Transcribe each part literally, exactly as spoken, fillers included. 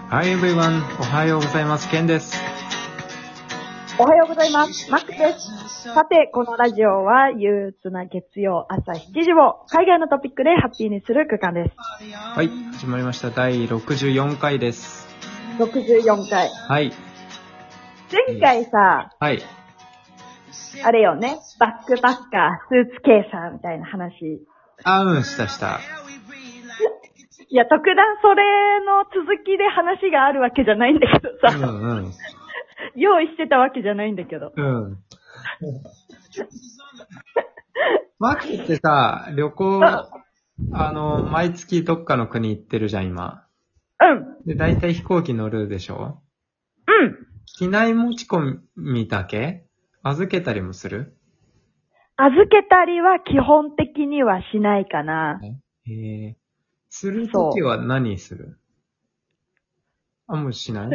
Hi everyone! おはようございます。ケンです。 おはようございます。マックです。さて、このラジオは憂鬱な月曜朝しちじを海外のトピックでハッピーにする空間です。 はい、始まりました。だいろくじゅうよんかいです。 ろくじゅうよんかい。 はい。 前回さ、 はい。 あれよね、バックパッカー、スーツケーサーみたいな話。 あ、うん、したした。 いや、特段それの続きで話があるわけじゃないんだけどさ。 うんうん。 用意してたわけじゃないんだけど。 うん。マックってさ、旅行、あの、毎月どっかの国行ってるじゃん、今。 うん。 で、だいたい飛行機乗るでしょ？ うん。 機内持ち込みだけ？預けたりもする？ 預けたりは基本的にはしないかな。 へえ。するときは何する？あ、もうしない？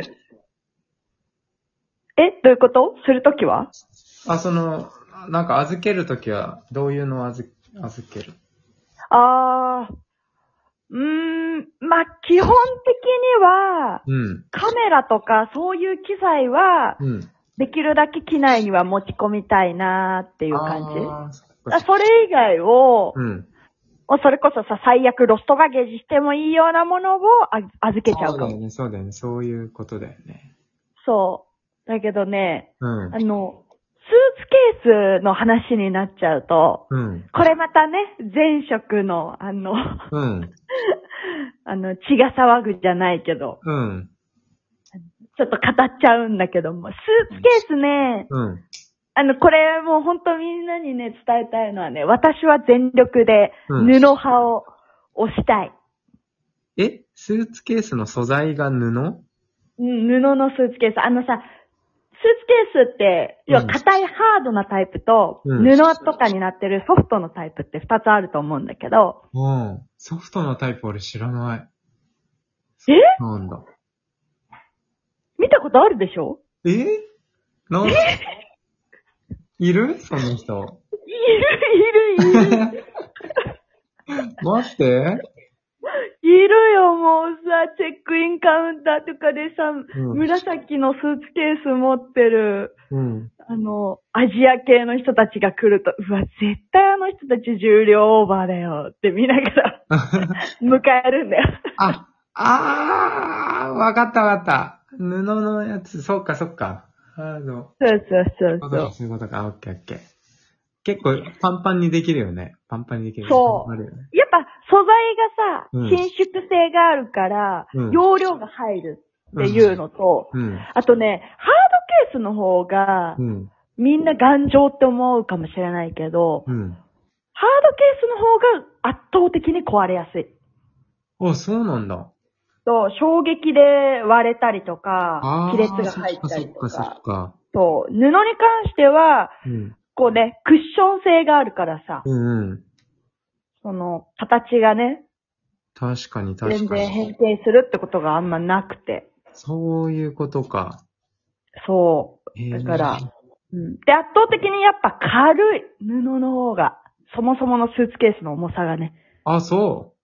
え、どういうこと？するときは？ あ、その、なんか預けるときはどういうのを預預ける？ あー、うーん、まあ、基本的には、 うん。 カメラとかそういう機材は、 うん。 できるだけ機内には持ち込みたいなーっていう感じ。 あー、そっか。 あ、それ以外を、 うん。 それこそさ、最悪ロストバゲージしてもいいようなものをあ預けちゃうかも。 そうだよね、そうだよね。そういうことだよね。 そう。だけどね、 うん。 あの、スーツケースの話になっちゃうと、 うん。 これまたね、前職の、あの、 うん。 あの、血が騒ぐじゃないけど、 うん。 ちょっと語っちゃうんだけども、スーツケースね、 うん。 あの、これもうほんとみんなにね、伝えたいのはね、私は全力でうん。 布派を押したい。 え、スーツケースの素材が布？ うん、布のスーツケース。あのさ、スーツケースって、要は硬いハードなタイプと、 うん布とかになってるソフトのタイプって二つあると思うんだけど。 うん。ソフトのタイプ俺知らない。 え？ なんだ。 見たことあるでしょ？ え？なんだ。いる？その人。 いる、いる、いる。 待って。 いるよ、もうさ、チェックインカウンターとかでさ、 うん、 紫のスーツケース持ってる、 うん。 あの、アジア系の人たちが来ると、うわ、絶対あの人たち重量オーバーだよって見ながら迎えるんだよ。 あ、あー、わかったわかった。布のやつ、そっかそっか。あの、 そうそうそうそう。 そういうことか、オッケーオッケー。結構パンパンにできるよね。パンパンにできる。 そう。 あるよね。 やっぱ素材がさ、 うん伸縮性があるから、 うん、 容量が入るっていうのと、 うん、 あとね、ハードケースの方が、 うん、 みんな頑丈って思うかもしれないけど、 うん。 ハードケースの方が圧倒的に壊れやすい。 あ、そうなんだ。 と、衝撃で割れたりとか、 あ亀裂が入ったりとそっかそっか。 か。 そう、布に関しては、 うん、 こうね、クッション性があるからさ、 うんうん。 その、形がね、 確かに確かに。 全然変形するってことがあんまなくて。 そういうことか。 そう。だから、うん。で、圧倒的にやっぱ軽い布の方が、そもそものスーツケースの重さがね。 あ、そう。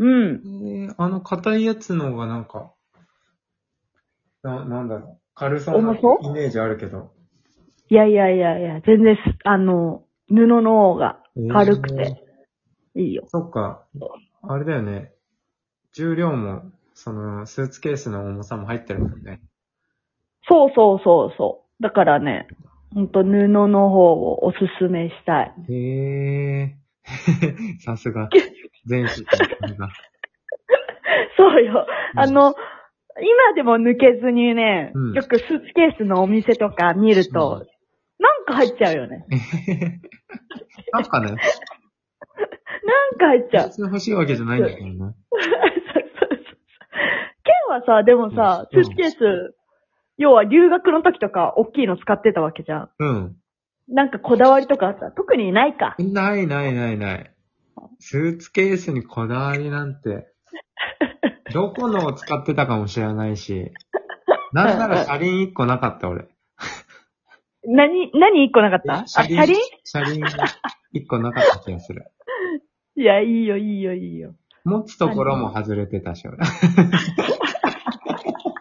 うん。 えー、あの硬いやつの方がなんか、な、なんだろう。軽そうなイメージあるけど。 いやいやいやいや、全然す、あの、布の方が軽くて、いいよ。 そっか。あれだよね。重量も、その、スーツケースの重さも入ってるもんね。 そうそうそうそう。だからね、ほんと布の方をおすすめしたい。 へえ。さすが。全身が。 そうよ。あの、今でも抜けずにね、 うん、 よくスーツケースのお店とか見ると、うん、なんか入っちゃうよね。 なんかね。 なんか入っちゃう。 別に欲しいわけじゃないんだけどね。そうそうそう。 ケンはさ、でもさ、スーツケース、うん、要は留学の時とか大きいの使ってたわけじゃん。 うん。 なんかこだわりとかあった？特にないか。 ないないないない。スーツケースにこだわりなんて、どこのを使ってたかもしれないし、なんなら車輪一個なかった俺。 何、何一個なかった？あ、車輪？ 車輪一個なかった気がする。 いや、いいよいいよいいよ。 持つところも外れてたし、俺。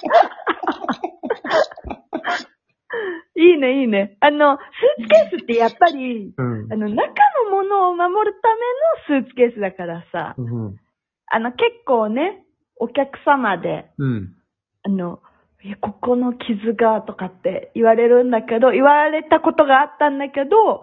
ね、いいね。あの、スーツケースってやっぱり、 うん。 あの、中のものを守るためのスーツケースだからさ、 うん。 あの、結構ね、お客様で、 うん。 あの、いやここの傷がとかって言われるんだけど、言われたことがあったんだけど、 うん。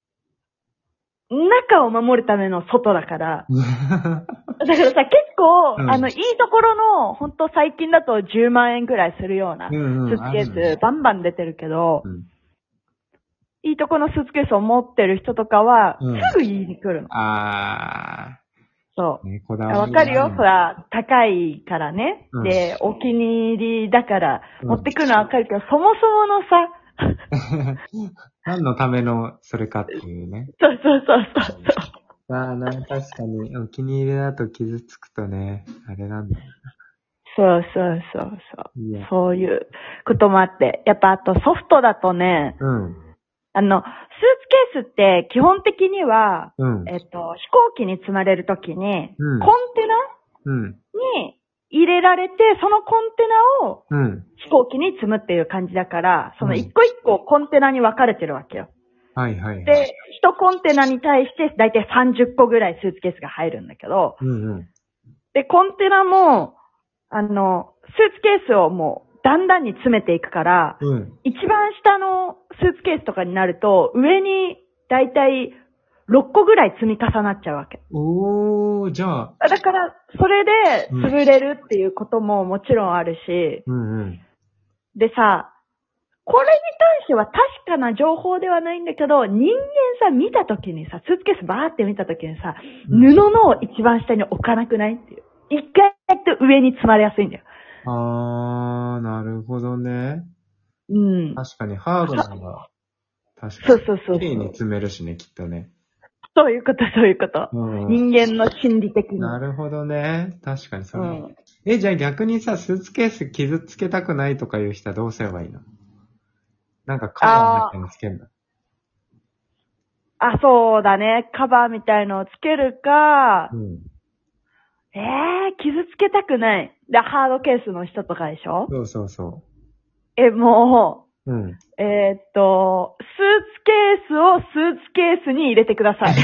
中を守るための外だから、だからさ、結構、 うんあの、いいところの、ほんと最近だとじゅうまんえんくらいするような、スうんうんーツケあるよねース、バンバン出てるけど、 うん。 いいとこのスーツケースを持ってる人とかは、 うんすぐ言いに来るの。 あそう。 ー。ね、こだあわりわかるよ。 がほら、高いからね。 うんで、お気に入りだから、 うん持ってくるのはわかるけど、そもそものさ、 何のためのそれかっていうね。 そうそうそうそうそう。 ああ、な、確かに、お気に入りだと傷つくとね、あれなんだ。 そうそうそうそう。 いいや。 そういうこともあって。やっぱあとソフトだとね、 うん。 あの、スーツケースって基本的には、 うん。 えっと、飛行機に積まれるときに、 うんコンテナうん。 に入れられて、そのコンテナをうん。 飛行機に積むっていう感じだから、そのうん一個一個コンテナに分かれてるわけよ。 はいはいはい。 で、一コンテナに対してだいたいさんじゅっこぐらいスーツケースが入るんだけど、 うんうん。 で、コンテナも、あの、スーツケースをもう、だんだんに詰めていくから、 うん。 一番下のスーツケースとかになると、上にだいたいろっこぐらい積み重なっちゃうわけ。 おー、じゃあ。 だから、それで潰れるっていうことももちろんあるし、 うんうん。 でさ、これに関しては確かな情報ではないんだけど、人間さ、見たときにさ、スーツケースバーって見たときにさ、 うん布の一番下に置かなくないっていう。一回と上に積まれやすいんだよ。 あー、なるほどね。 うん。 確かにハードなのが、確かに。 そうそうそうそう。 綺麗に詰めるしね、きっとね。 そういうこと、そういうこと。 うん。 人間の心理的に。 なるほどね。確かにそれ。 うん。 え、じゃあ逆にさ、スーツケース傷つけたくないとかいう人はどうすればいいの？なんかカバーみたいにつけるの？ あ、そうだね。カバーみたいのをつけるか、 うん。 えー、傷つけたくない。で、ハードケースの人とかでしょ？ そうそうそえ、もう。うん。 う、えー、っと、スーツケースをスーツケースに入れてください。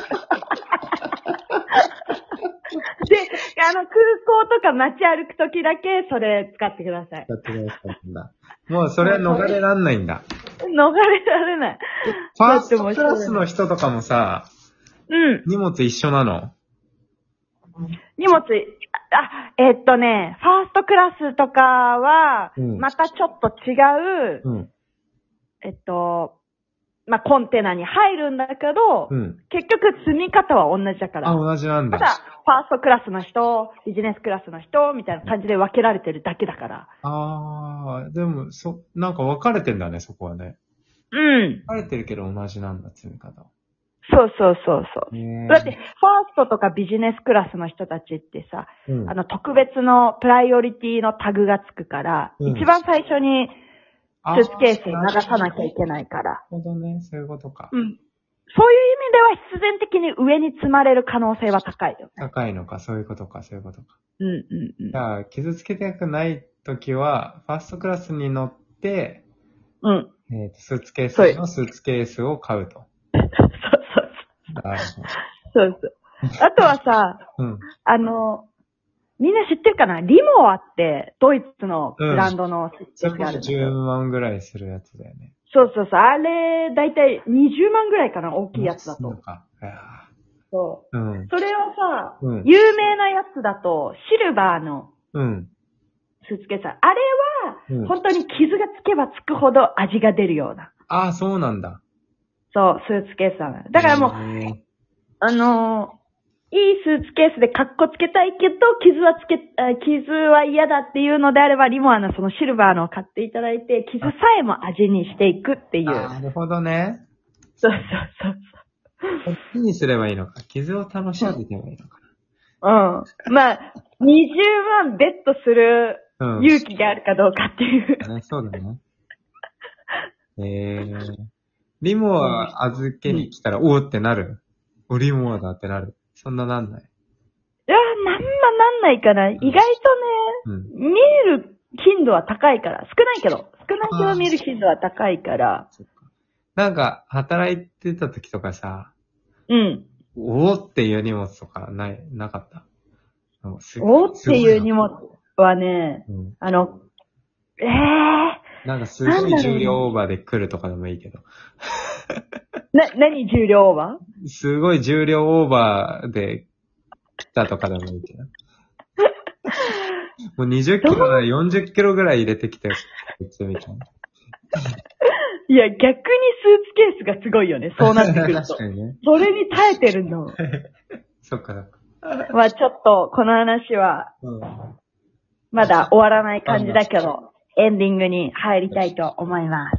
で、あの、空港とか街歩くときだけそれ使ってください。 使ってくださいんだ。もうそれは逃れらんないんだ。 逃れられない。 ファーストクラスの人とかもさ、 うん。 荷物一緒なの？ 荷物、あ、えっとね、ファーストクラスとかは、 うんまたちょっと違う、 うん。 えっと、まあ、コンテナに入るんだけど、 うん。 結局積み方は同じだから。 あ、同じなんだ。 ただ、ファーストクラスの人、ビジネスクラスの人、みたいな感じで分けられてるだけだから。 あー、でも、そ、なんか分かれてんだね、そこはね。 うん。 分かれてるけど同じなんだ、積み方。 そうそうそうそう。 へーだって、ファーストとかビジネスクラスの人たちってさ、 うん。 あの、特別のプライオリティのタグがつくから、 うん一番最初にあスーツケースに流さなきゃいけないから。 なるほどね、そういうことか。 うん。そういう意味では必然的に上に積まれる可能性は高いよね。 高いのか、そういうことか、そういうことか。 うんうんうんじ。ゃあ、傷つけたくないときは、ファーストクラスに乗って、 うん。 えっ、と、スーツケースそうのスーツケースを買うと。 そうそうなるそう。そうそう。あとはさ、 ほど。うん。 あの、みんな知ってるかな？リモアってドイツのブランドのスーツケースがあるんだけど、 じゅうまんぐらいするやつだよね。 そうそうそう。あれ、だいたいにじゅうまんぐらいかな？大きいやつだと。 そうか。いやそう。 ーうん。 それをさ、 うん。 有名なやつだと、シルバーのうん。 スーツケース。あれは、 うん本当に傷がつけばつくほど味が出るような。 ああ、そうなんだ。 そう、スーツケースなのよ。だからもう、 へーあのーいいスーツケースでカッコつけたいけど、傷はつけ、あ傷は嫌だっていうのであれば、リモアのそのシルバーのを買っていただいて、傷さえも味にしていくっていう。 あーなるほどね。 そうそうそうこっちにすればいいのか。傷を楽しんでいけばいいのかそう。うん。まあ、にじゅうまんベットするな。うん。 勇気があるかどうかっていう。 ね、そうだね。えー。リモア預けに来たら、おーってなる？お、リモアだってなる？そんななんない？ いや、なんまなんないかな。意外とね、 うん。 見える頻度は高いから、少ないけど、少な日を見る頻度は高いから。 なんか、働いてた時とかさ、 うん。 おーっていう荷物とかない、なかった。 おーっていう荷物はね、うん、あの、ええー。 なんかすごい重量オーバーで来るとかでもいいけど。 な、何重量オーバーすごい重量オーバーで来たとかでもいいけど。もうにじゅっキロならよんじゅっキロぐらい入れてきてる。みたいな。 いや、逆にスーツケースがすごいよね。そうなってくると。 確かにね。 それに耐えてるの。 そっかそっか。 まあちょっと、この話は、まだ終わらない感じだけど、エンディングに入りたいと思います。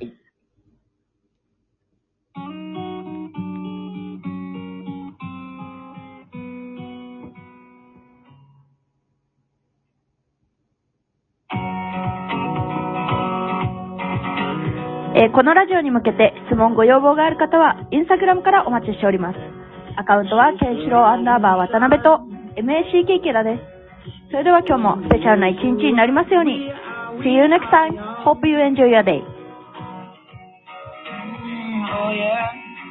えー、このラジオに向けて質問ご要望がある方は、インスタグラムからお待ちしております。アカウントは、ケンシロウアンダーバー渡辺と、エムエーシーケー ケラです。それでは今日もスペシャルな一日になりますように。See you next time. Hope you enjoy your day. Oh yeah.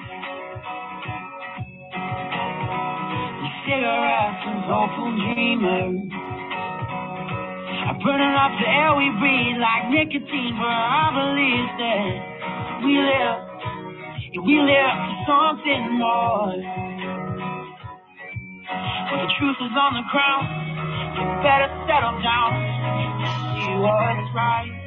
The cigarettes and hopeful dreamers are burning up the air we breathe like nicotine. For I believe that we live, we live for something more. When the truth is on the ground, you better settle down. See what's right.